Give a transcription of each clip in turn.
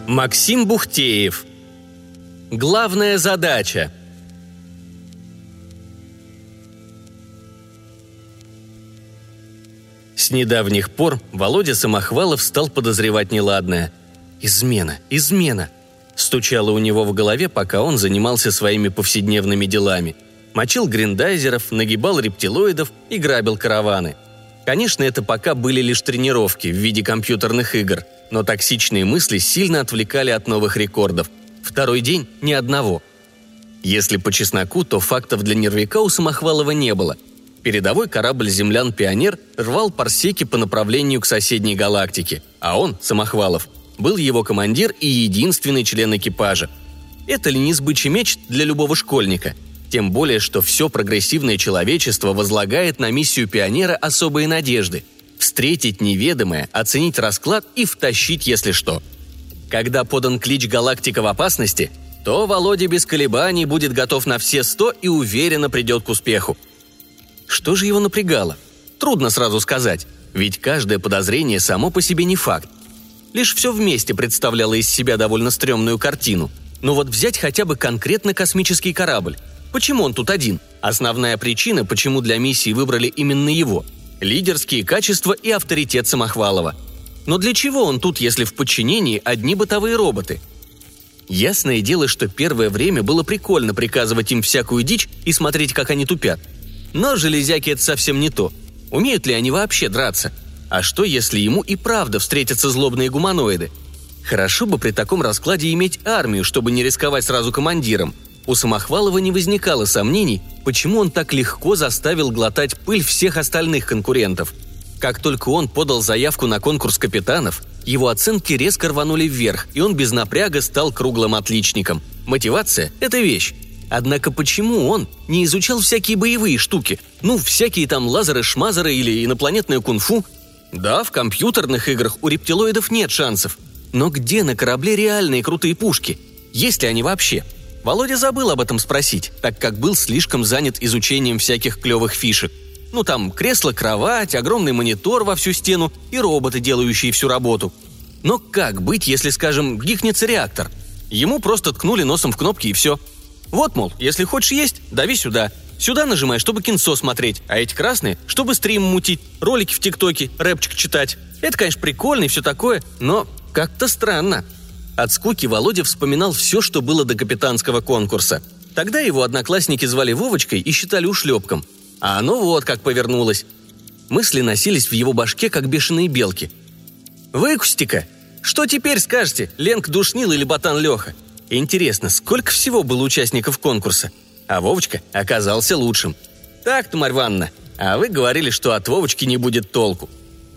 Максим Бухтеев. Главная задача. С недавних пор Володя Самохвалов стал подозревать неладное. Измена. Стучало у него в голове, пока он занимался своими повседневными делами. Мочил гриндайзеров, нагибал рептилоидов и грабил караваны. Конечно, это пока были лишь тренировки в виде компьютерных игр, но токсичные мысли сильно отвлекали от новых рекордов. Второй день – ни одного. Если по чесноку, то фактов для нервяка у Самохвалова не было. Передовой корабль «Землян Пионер» рвал парсеки по направлению к соседней галактике, а он, Самохвалов, был его командир и единственный член экипажа. Это ли не сбычий меч для любого школьника? Тем более, что все прогрессивное человечество возлагает на миссию «Пионера» особые надежды – встретить неведомое, оценить расклад и втащить, если что. Когда подан клич «Галактика в опасности», то Володя без колебаний будет готов на все 100 и уверенно придет к успеху. Что же его напрягало? Трудно сразу сказать, ведь каждое подозрение само по себе не факт. Лишь все вместе представляло из себя довольно стрёмную картину. Но вот взять хотя бы конкретно космический корабль. Почему он тут один? Основная причина, почему для миссии выбрали именно его – лидерские качества и авторитет Самохвалова. Но для чего он тут, если в подчинении одни бытовые роботы? Ясное дело, что первое время было прикольно приказывать им всякую дичь и смотреть, как они тупят. Но железяки – это совсем не то. Умеют ли они вообще драться? А что, если ему и правда встретятся злобные гуманоиды? Хорошо бы при таком раскладе иметь армию, чтобы не рисковать сразу командиром. У Самохвалова не возникало сомнений, почему он так легко заставил глотать пыль всех остальных конкурентов. Как только он подал заявку на конкурс капитанов, его оценки резко рванули вверх, и он без напряга стал круглым отличником. Мотивация – это вещь. Однако почему он не изучал всякие боевые штуки? Всякие там лазеры-шмазеры или инопланетное кунг-фу? Да, в компьютерных играх у рептилоидов нет шансов. Но где на корабле реальные крутые пушки? Есть ли они вообще? Володя забыл об этом спросить, так как был слишком занят изучением всяких клевых фишек. Там кресло-кровать, огромный монитор во всю стену и роботы, делающие всю работу. Но как быть, если, скажем, гикнется реактор? Ему просто ткнули носом в кнопки и все. Вот, мол, если хочешь есть, дави сюда. Сюда нажимай, чтобы кинцо смотреть, а эти красные, чтобы стрим мутить, ролики в ТикТоке, рэпчик читать. Это, конечно, прикольно и все такое, но как-то странно. От скуки Володя вспоминал все, что было до капитанского конкурса. Тогда его одноклассники звали Вовочкой и считали ушлепком. А оно вот как повернулось. Мысли носились в его башке, как бешеные белки. «Выкусти-ка! Что теперь скажете, Ленка Душнил или Ботан Леха? Интересно, сколько всего было участников конкурса? А Вовочка оказался лучшим. Так-то, Марья Ивановна, а вы говорили, что от Вовочки не будет толку».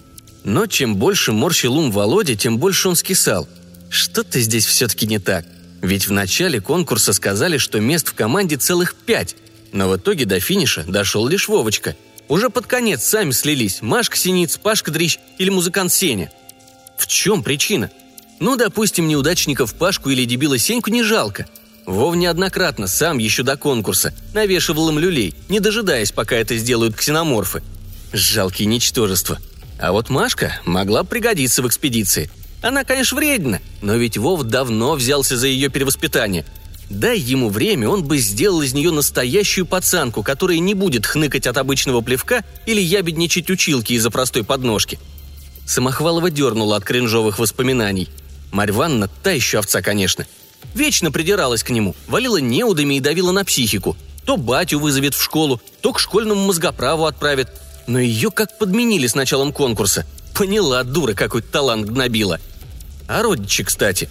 Но чем больше морщил ум Володя, тем больше он скисал. Что-то здесь все-таки не так. Ведь в начале конкурса сказали, что мест в команде целых 5. Но в итоге до финиша дошел лишь Вовочка. Уже под конец сами слились Машка Синиц, Пашка Дрищ или музыкант Сеня. В чем причина? Допустим, неудачников Пашку или дебила Сеньку не жалко. Вов неоднократно сам еще до конкурса навешивал им люлей, не дожидаясь, пока это сделают ксеноморфы. Жалкие ничтожества. А вот Машка могла пригодиться в экспедиции. Она, конечно, вредна, но ведь Вов давно взялся за ее перевоспитание. Дай ему время, он бы сделал из нее настоящую пацанку, которая не будет хныкать от обычного плевка или ябедничать училки из-за простой подножки. Самохвалова дернула от кринжовых воспоминаний. Марья Ивановна та еще овца, конечно. Вечно придиралась к нему, валила неудами и давила на психику. То батю вызовет в школу, то к школьному мозгоправу отправит. Но ее как подменили с началом конкурса. Поняла, дура, какой талант гнобила. А родичи, кстати.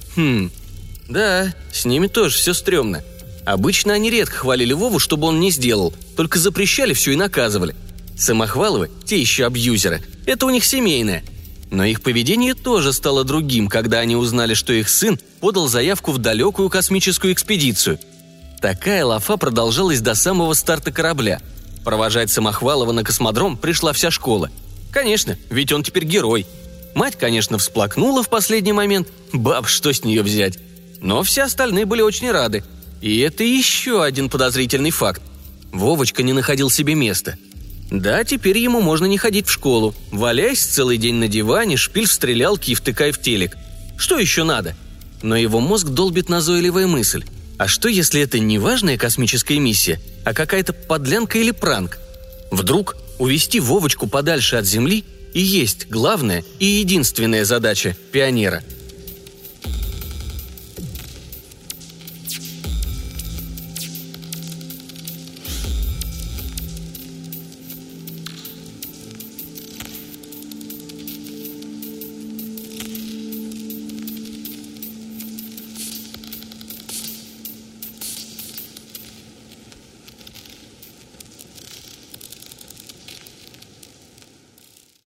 Да, с ними тоже все стрёмно. Обычно они редко хвалили Вову, чтобы он не сделал, только запрещали все и наказывали. Самохваловы – те еще абьюзеры. Это у них семейное. Но их поведение тоже стало другим, когда они узнали, что их сын подал заявку в далекую космическую экспедицию. Такая лафа продолжалась до самого старта корабля. Провожать Самохвалова на космодром пришла вся школа. Конечно, ведь он теперь герой. Мать, конечно, всплакнула в последний момент. Баб, что с нее взять? Но все остальные были очень рады. И это еще один подозрительный факт. Вовочка не находил себе места. Да, теперь ему можно не ходить в школу. Валяйся целый день на диване, шпиль в стрелялке и втыкай в телек. Что еще надо? но его мозг долбит назойливая мысль. А что, если это не важная космическая миссия, а какая-то подлянка или пранк? Вдруг увести Вовочку подальше от Земли и есть главная и единственная задача пионера –